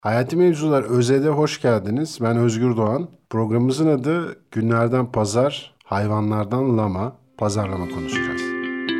Hayati Mevzular Özel'e hoş geldiniz. Ben Özgür Doğan. Programımızın adı Günlerden Pazar, Hayvanlardan Lama, Pazarlama konuşacağız.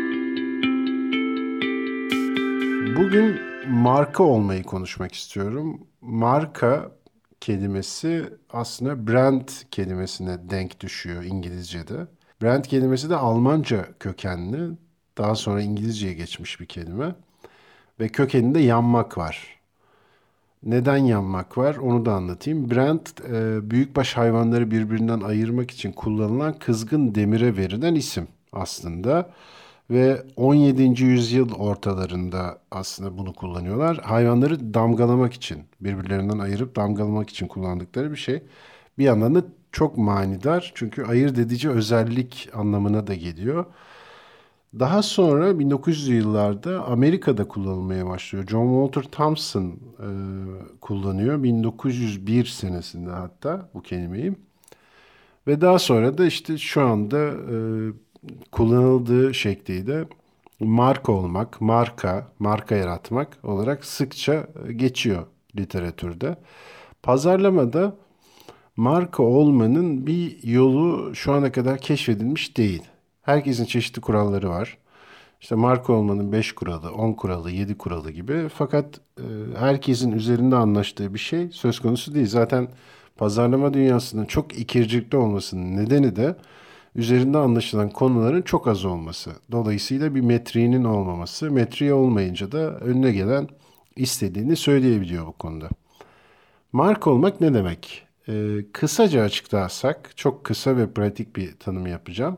Bugün marka olmayı konuşmak istiyorum. Marka kelimesi aslında brand kelimesine denk düşüyor İngilizce'de. Brand kelimesi de Almanca kökenli, daha sonra İngilizce'ye geçmiş bir kelime ve kökeninde yanmak var. Neden yanmak var onu da anlatayım. Brand, büyükbaş hayvanları birbirinden ayırmak için kullanılan kızgın demire verilen isim aslında. Ve 17. yüzyıl ortalarında aslında bunu kullanıyorlar. Hayvanları damgalamak için, birbirlerinden ayırıp damgalamak için kullandıkları bir şey. Bir yandan da çok manidar çünkü ayırt edici özellik anlamına da geliyor. Daha sonra 1900'lü yıllarda Amerika'da kullanılmaya başlıyor. John Walter Thompson kullanıyor. 1901 senesinde hatta bu kelimeyi. Ve daha sonra da işte şu anda kullanıldığı şekliyle marka olmak, marka yaratmak olarak sıkça geçiyor literatürde. Pazarlamada marka olmanın bir yolu şu ana kadar keşfedilmiş değil. Herkesin çeşitli kuralları var. İşte marka olmanın 5 kuralı, 10 kuralı, 7 kuralı gibi. Fakat herkesin üzerinde anlaştığı bir şey söz konusu değil. Zaten pazarlama dünyasının çok ikircikli olmasının nedeni de üzerinde anlaşılan konuların çok az olması. Dolayısıyla bir metriğinin olmaması. Metriği olmayınca da önüne gelen istediğini söyleyebiliyor bu konuda. Marka olmak ne demek? Kısaca açıklarsak, çok kısa ve pratik bir tanım yapacağım.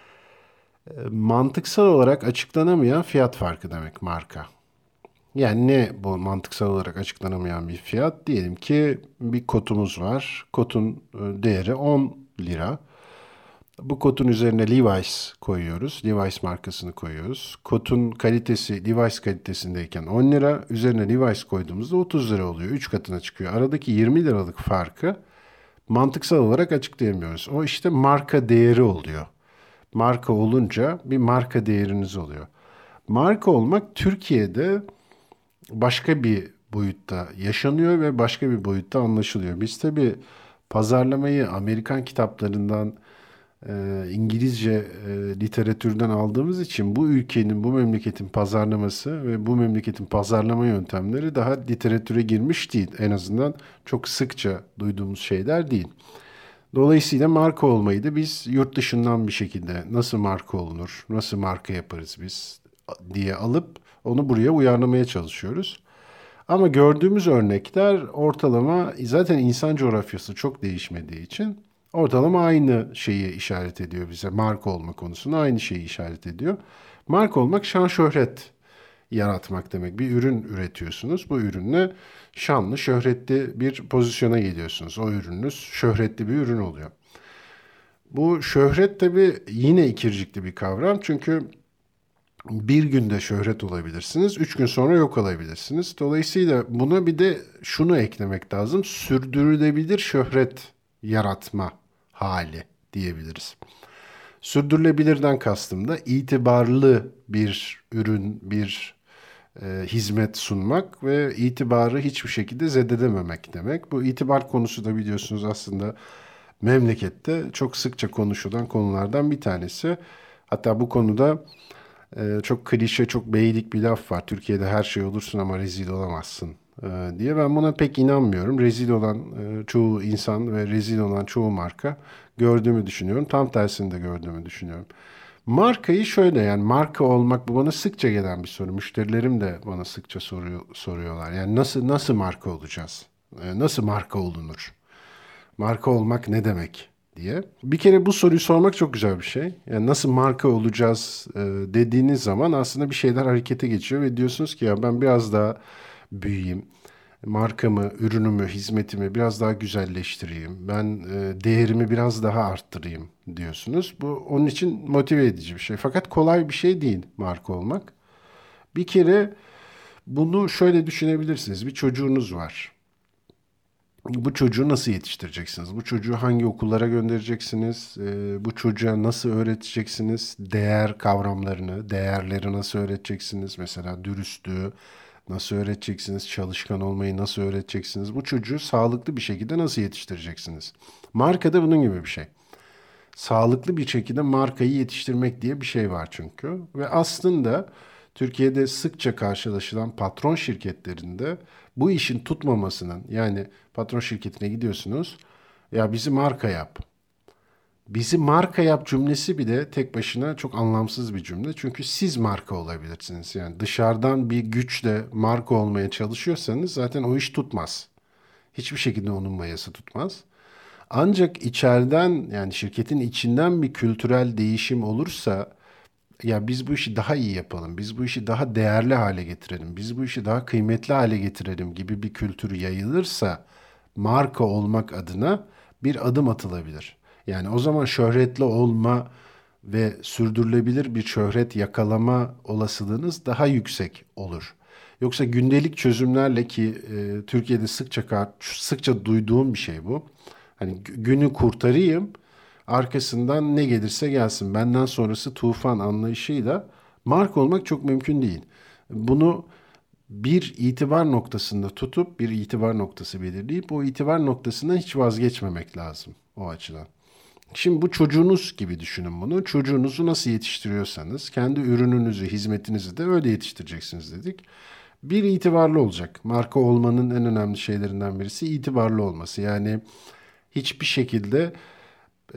Mantıksal olarak açıklanamayan fiyat farkı demek marka. Yani ne bu mantıksal olarak açıklanamayan bir fiyat? Diyelim ki bir kotumuz var. Kotun değeri 10 lira. Bu kotun üzerine Levi's koyuyoruz. Levi's markasını koyuyoruz. Kotun kalitesi Levi's kalitesindeyken 10 lira. Üzerine Levi's koyduğumuzda 30 lira oluyor. 3 katına çıkıyor. Aradaki 20 liralık farkı mantıksal olarak açıklayamıyoruz. O işte marka değeri oluyor. Marka olunca bir marka değeriniz oluyor. Marka olmak Türkiye'de başka bir boyutta yaşanıyor ve başka bir boyutta anlaşılıyor. Biz tabii pazarlamayı Amerikan kitaplarından, İngilizce literatürden aldığımız için bu ülkenin, bu memleketin pazarlaması ve bu memleketin pazarlama yöntemleri daha literatüre girmiş değil. En azından çok sıkça duyduğumuz şeyler değil. Dolayısıyla marka olmayı da biz yurt dışından bir şekilde nasıl marka olunur, nasıl marka yaparız biz diye alıp onu buraya uyarlamaya çalışıyoruz. Ama gördüğümüz örnekler ortalama zaten insan coğrafyası çok değişmediği için ortalama aynı şeyi işaret ediyor bize. Marka olma konusunda aynı şeyi işaret ediyor. Marka olmak şan şöhret yaratmak demek. Bir ürün üretiyorsunuz. Bu ürünle şanlı, şöhretli bir pozisyona geliyorsunuz. O ürününüz şöhretli bir ürün oluyor. Bu şöhret tabii yine ikircikli bir kavram. Çünkü bir günde şöhret olabilirsiniz, 3 gün sonra yok olabilirsiniz. Dolayısıyla buna bir de şunu eklemek lazım. Sürdürülebilir şöhret yaratma hali diyebiliriz. Sürdürülebilirden kastım da itibarlı bir ürün, bir hizmet sunmak ve itibarı hiçbir şekilde zedelememek demek. Bu itibar konusu da biliyorsunuz aslında memlekette çok sıkça konuşulan konulardan bir tanesi. Hatta bu konuda çok klişe, çok beylik bir laf var. Türkiye'de her şey olursun ama rezil olamazsın diye. Ben buna pek inanmıyorum. Rezil olan çoğu insan ve rezil olan çoğu marka gördüğümü düşünüyorum. Tam tersini de gördüğümü düşünüyorum. Markayı şöyle, yani marka olmak bu bana sıkça gelen bir soru. Müşterilerim de bana sıkça soruyorlar. Yani nasıl marka olacağız? Nasıl marka olunur? Marka olmak ne demek diye. Bir kere bu soruyu sormak çok güzel bir şey. Yani nasıl marka olacağız dediğiniz zaman aslında bir şeyler harekete geçiyor ve diyorsunuz ki ya ben biraz daha büyüyeyim. Markamı, ürünümü, hizmetimi biraz daha güzelleştireyim. Ben değerimi biraz daha arttırayım diyorsunuz. Bu onun için motive edici bir şey. Fakat kolay bir şey değil marka olmak. Bir kere bunu şöyle düşünebilirsiniz. Bir çocuğunuz var. Bu çocuğu nasıl yetiştireceksiniz? Bu çocuğu hangi okullara göndereceksiniz? Bu çocuğa nasıl öğreteceksiniz? Değer kavramlarını, değerleri nasıl öğreteceksiniz? Mesela dürüstlüğü, nasıl öğreteceksiniz? Çalışkan olmayı nasıl öğreteceksiniz? Bu çocuğu sağlıklı bir şekilde nasıl yetiştireceksiniz? Marka da bunun gibi bir şey. Sağlıklı bir şekilde markayı yetiştirmek diye bir şey var çünkü. Ve aslında Türkiye'de sıkça karşılaşılan patron şirketlerinde bu işin tutmamasının, yani patron şirketine gidiyorsunuz, ya bizi marka yap. Bizi marka yap cümlesi bile tek başına çok anlamsız bir cümle. Çünkü siz marka olabilirsiniz. Yani dışarıdan bir güçle marka olmaya çalışıyorsanız zaten o iş tutmaz. Hiçbir şekilde onun mayası tutmaz. Ancak içeriden, yani şirketin içinden bir kültürel değişim olursa, ya biz bu işi daha iyi yapalım, biz bu işi daha değerli hale getirelim, biz bu işi daha kıymetli hale getirelim gibi bir kültür yayılırsa marka olmak adına bir adım atılabilir. Yani o zaman şöhretli olma ve sürdürülebilir bir şöhret yakalama olasılığınız daha yüksek olur. Yoksa gündelik çözümlerle, ki Türkiye'de sıkça duyduğum bir şey bu. Hani günü kurtarayım, arkasından ne gelirse gelsin, benden sonrası tufan anlayışıyla marka olmak çok mümkün değil. Bunu bir itibar noktasında tutup bir itibar noktası belirleyip o itibar noktasından hiç vazgeçmemek lazım o açıdan. Şimdi bu çocuğunuz gibi düşünün bunu. Çocuğunuzu nasıl yetiştiriyorsanız kendi ürününüzü, hizmetinizi de öyle yetiştireceksiniz dedik. Bir, itibarlı olacak. Marka olmanın en önemli şeylerinden birisi itibarlı olması. Yani hiçbir şekilde e,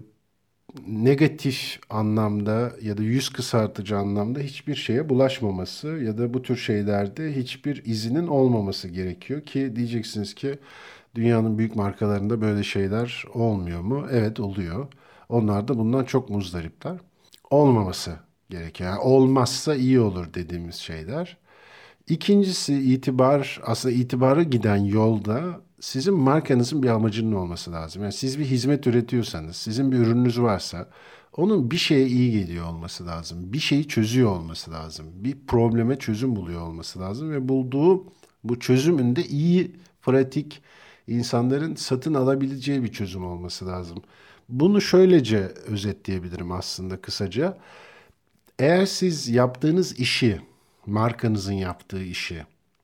negatif anlamda ya da yüz kızartıcı anlamda hiçbir şeye bulaşmaması ya da bu tür şeylerde hiçbir izinin olmaması gerekiyor ki diyeceksiniz ki dünyanın büyük markalarında böyle şeyler olmuyor mu? Evet, oluyor. Onlar da bundan çok muzdaripler. Olmaması gerekiyor. Yani olmazsa iyi olur dediğimiz şeyler. İkincisi, itibar. Aslında itibara giden yolda sizin markanızın bir amacının olması lazım. Yani siz bir hizmet üretiyorsanız, sizin bir ürününüz varsa onun bir şeye iyi geliyor olması lazım. Bir şeyi çözüyor olması lazım. Bir probleme çözüm buluyor olması lazım ve bulduğu bu çözümün de iyi, pratik, insanların satın alabileceği bir çözüm olması lazım. Bunu şöylece özetleyebilirim aslında kısaca. Eğer siz yaptığınız işi, markanızın yaptığı işi,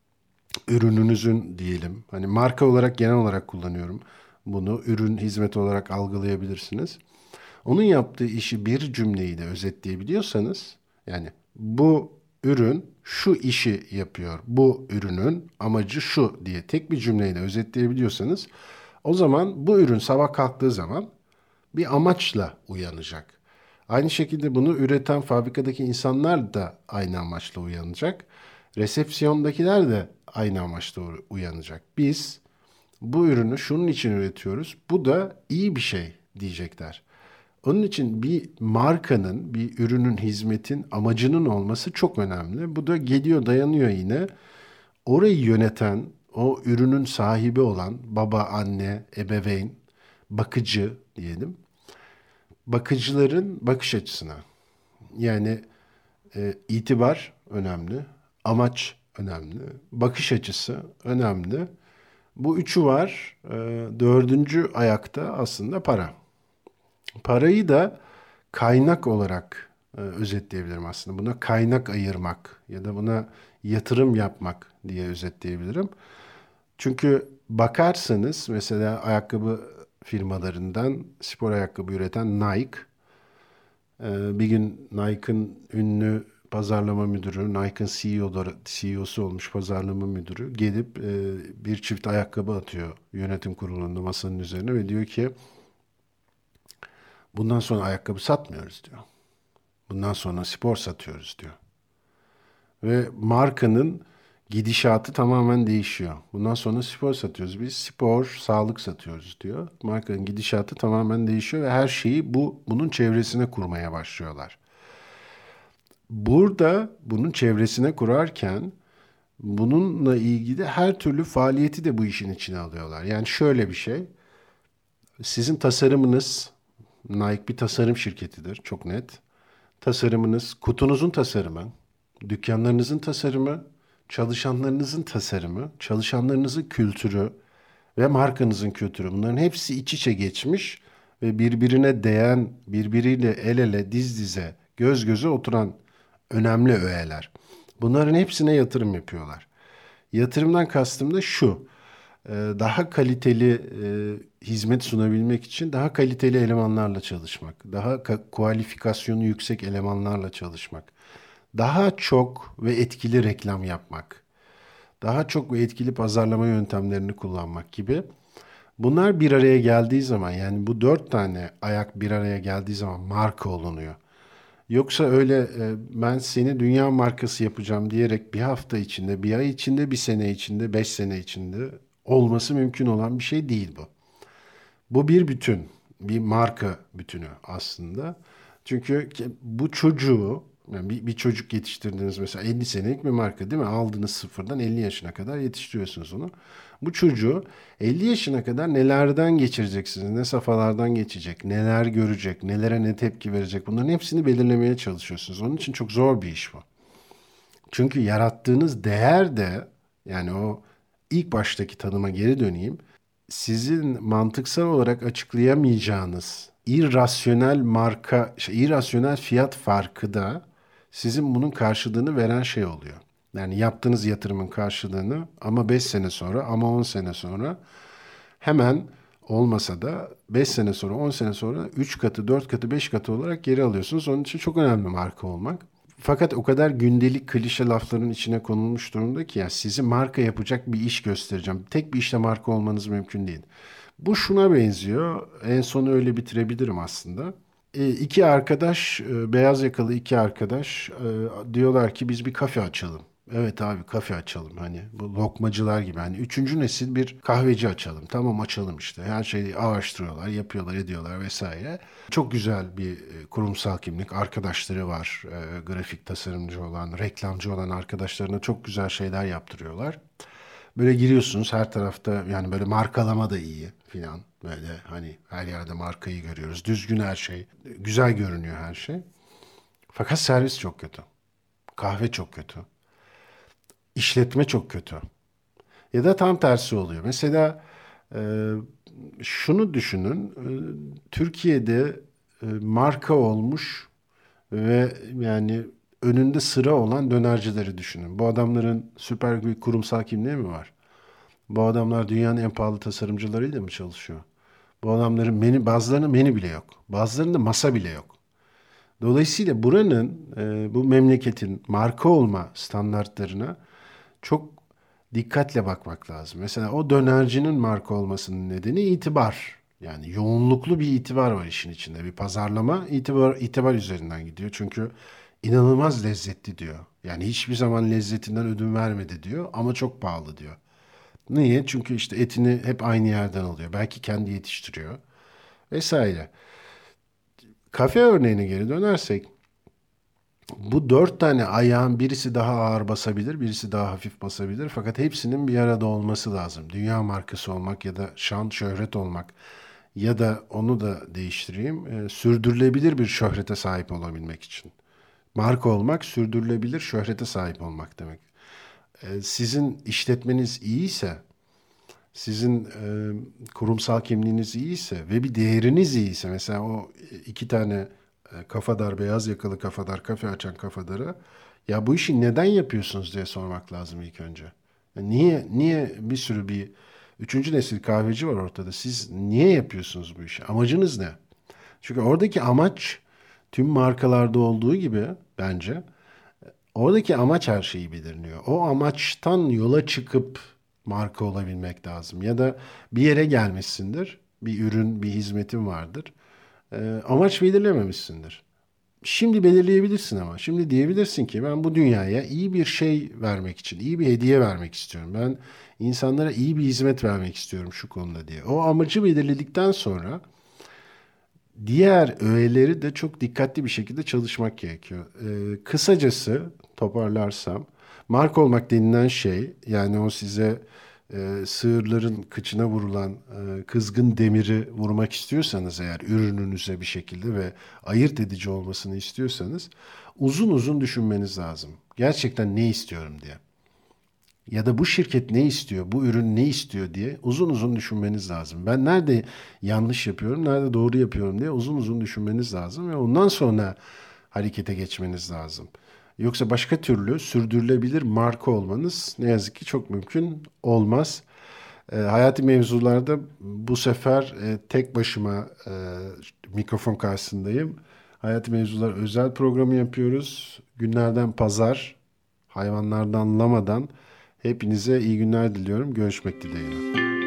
ürününüzün diyelim, hani marka olarak genel olarak kullanıyorum bunu, ürün, hizmet olarak algılayabilirsiniz. Onun yaptığı işi bir cümleyle özetleyebiliyorsanız, yani bu ürün şu işi yapıyor, bu ürünün amacı şu diye tek bir cümleyle özetleyebiliyorsanız, o zaman bu ürün sabah kalktığı zaman bir amaçla uyanacak. Aynı şekilde bunu üreten fabrikadaki insanlar da aynı amaçla uyanacak. Resepsiyondakiler de aynı amaçla uyanacak. Biz bu ürünü şunun için üretiyoruz. Bu da iyi bir şey diyecekler. Onun için bir markanın, bir ürünün, hizmetin amacının olması çok önemli. Bu da geliyor, dayanıyor yine. Orayı yöneten, o ürünün sahibi olan baba, anne, ebeveyn, bakıcı diyelim, bakıcıların bakış açısına. Yani itibar önemli, amaç önemli, bakış açısı önemli. Bu üçü var. Dördüncü ayakta aslında para. Parayı da kaynak olarak özetleyebilirim aslında. Buna kaynak ayırmak ya da buna yatırım yapmak diye özetleyebilirim. Çünkü bakarsanız mesela ayakkabı firmalarından spor ayakkabı üreten Nike, bir gün Nike'ın ünlü pazarlama müdürü, Nike'ın CEO'su olmuş pazarlama müdürü gelip bir çift ayakkabı atıyor yönetim kurulunda masanın üzerine ve diyor ki bundan sonra ayakkabı satmıyoruz diyor. Bundan sonra spor satıyoruz diyor. Ve markanın gidişatı tamamen değişiyor. Bundan sonra spor satıyoruz. Biz spor, sağlık satıyoruz diyor. Markanın gidişatı tamamen değişiyor ve her şeyi bunun çevresine kurmaya başlıyorlar. Burada bunun çevresine kurarken bununla ilgili her türlü faaliyeti de bu işin içine alıyorlar. Yani şöyle bir şey. Sizin tasarımınız, Nike bir tasarım şirketidir, çok net. Tasarımınız, kutunuzun tasarımı, dükkanlarınızın tasarımı, çalışanlarınızın tasarımı, çalışanlarınızın kültürü ve markanızın kültürü. Bunların hepsi iç içe geçmiş ve birbirine değen, birbiriyle el ele, diz dize, göz göze oturan önemli öğeler. Bunların hepsine yatırım yapıyorlar. Yatırımdan kastım da şu. Daha kaliteli hizmet sunabilmek için daha kaliteli elemanlarla çalışmak, daha kualifikasyonu yüksek elemanlarla çalışmak, daha çok ve etkili reklam yapmak, daha çok ve etkili pazarlama yöntemlerini kullanmak gibi. Bunlar bir araya geldiği zaman, yani bu dört tane ayak bir araya geldiği zaman marka olunuyor. Yoksa öyle ben seni dünya markası yapacağım diyerek bir hafta içinde, bir ay içinde, bir sene içinde, 5 sene içinde olması mümkün olan bir şey değil bu. Bu bir bütün, bir marka bütünü aslında. Çünkü bu çocuğu, yani bir çocuk yetiştirdiniz mesela, 50 senelik bir marka değil mi? Aldınız sıfırdan 50 yaşına kadar yetiştiriyorsunuz onu. Bu çocuğu 50 yaşına kadar nelerden geçireceksiniz, ne safhalardan geçecek, neler görecek, nelere ne tepki verecek, bunların hepsini belirlemeye çalışıyorsunuz. Onun için çok zor bir iş bu. Çünkü yarattığınız değer de, yani o ilk baştaki tanıma geri döneyim, sizin mantıksal olarak açıklayamayacağınız irrasyonel irrasyonel fiyat farkı da sizin bunun karşılığını veren şey oluyor. Yani yaptığınız yatırımın karşılığını ama 5 sene sonra, ama 10 sene sonra, hemen olmasa da 5 sene sonra, 10 sene sonra 3 katı, 4 katı, 5 katı olarak geri alıyorsunuz. Onun için çok önemli marka olmak. Fakat o kadar gündelik klişe lafların içine konulmuş durumda ki, ya sizi marka yapacak bir iş göstereceğim. Tek bir işte marka olmanız mümkün değil. Bu şuna benziyor. En sonu öyle bitirebilirim aslında. İki arkadaş, beyaz yakalı iki arkadaş diyorlar ki biz bir kafe açalım. Evet abi, kafe açalım, hani bu lokmacılar gibi, hani üçüncü nesil bir kahveci açalım. Tamam, açalım işte. Her şeyi araştırıyorlar, yapıyorlar, ediyorlar vesaire. Çok güzel bir kurumsal kimlik. Arkadaşları var. Grafik tasarımcı olan, reklamcı olan arkadaşlarına çok güzel şeyler yaptırıyorlar. Böyle giriyorsunuz, her tarafta yani böyle markalama da iyi filan. Böyle hani her yerde markayı görüyoruz. Düzgün her şey. Güzel görünüyor her şey. Fakat servis çok kötü. Kahve çok kötü. İşletme çok kötü. Ya da tam tersi oluyor. Mesela e, şunu düşünün. Türkiye'de marka olmuş ve yani önünde sıra olan dönercileri düşünün. Bu adamların süper bir kurumsal kimliği mi var? Bu adamlar dünyanın en pahalı tasarımcılarıyla mı çalışıyor? Bu adamların bazılarının menü bile yok. Bazılarında masa bile yok. Dolayısıyla buranın, bu memleketin marka olma standartlarına çok dikkatle bakmak lazım. Mesela o dönercinin marka olmasının nedeni itibar. Yani yoğunluklu bir itibar var işin içinde. Bir pazarlama itibar üzerinden gidiyor. Çünkü inanılmaz lezzetli diyor. Yani hiçbir zaman lezzetinden ödün vermedi diyor ama çok pahalı diyor. Niye? Çünkü işte etini hep aynı yerden alıyor. Belki kendi yetiştiriyor vesaire. Kafe örneğine geri dönersek, bu dört tane ayağın birisi daha ağır basabilir, birisi daha hafif basabilir. Fakat hepsinin bir arada olması lazım. Dünya markası olmak ya da şan, şöhret olmak, ya da onu da değiştireyim, sürdürülebilir bir şöhrete sahip olabilmek için. Marka olmak, sürdürülebilir şöhrete sahip olmak demek. Sizin işletmeniz iyiyse, sizin kurumsal kimliğiniz iyiyse ve bir değeriniz iyiyse, mesela o iki tane kafadar, beyaz yakalı kafadar, kafe açan kafadara, ya bu işi neden yapıyorsunuz diye sormak lazım ilk önce. Niye bir sürü bir üçüncü nesil kahveci var ortada. Siz niye yapıyorsunuz bu işi? Amacınız ne? Çünkü oradaki amaç, tüm markalarda olduğu gibi bence, oradaki amaç her şeyi belirliyor. O amaçtan yola çıkıp marka olabilmek lazım. Ya da bir yere gelmişsindir. Bir ürün, bir hizmetin vardır. Amaç belirlememişsindir. Şimdi belirleyebilirsin ama. Şimdi diyebilirsin ki ben bu dünyaya iyi bir şey vermek için, iyi bir hediye vermek istiyorum. Ben insanlara iyi bir hizmet vermek istiyorum şu konuda diye. O amacı belirledikten sonra diğer öğeleri de çok dikkatli bir şekilde çalışmak gerekiyor. Kısacası toparlarsam, marka olmak denilen şey, yani o size sığırların kıçına vurulan kızgın demiri vurmak istiyorsanız eğer, ürününüze bir şekilde ve ayırt edici olmasını istiyorsanız, uzun uzun düşünmeniz lazım. Gerçekten ne istiyorum diye. Ya da bu şirket ne istiyor, bu ürün ne istiyor diye uzun uzun düşünmeniz lazım. Ben nerede yanlış yapıyorum, nerede doğru yapıyorum diye uzun uzun düşünmeniz lazım ve ondan sonra harekete geçmeniz lazım. Yoksa başka türlü sürdürülebilir marka olmanız ne yazık ki çok mümkün olmaz. Hayati mevzularda bu sefer tek başıma mikrofon karşısındayım. Hayati mevzular özel programı yapıyoruz. Günlerden pazar, hayvanlardan lamadan hepinize iyi günler diliyorum. Görüşmek dileğiyle.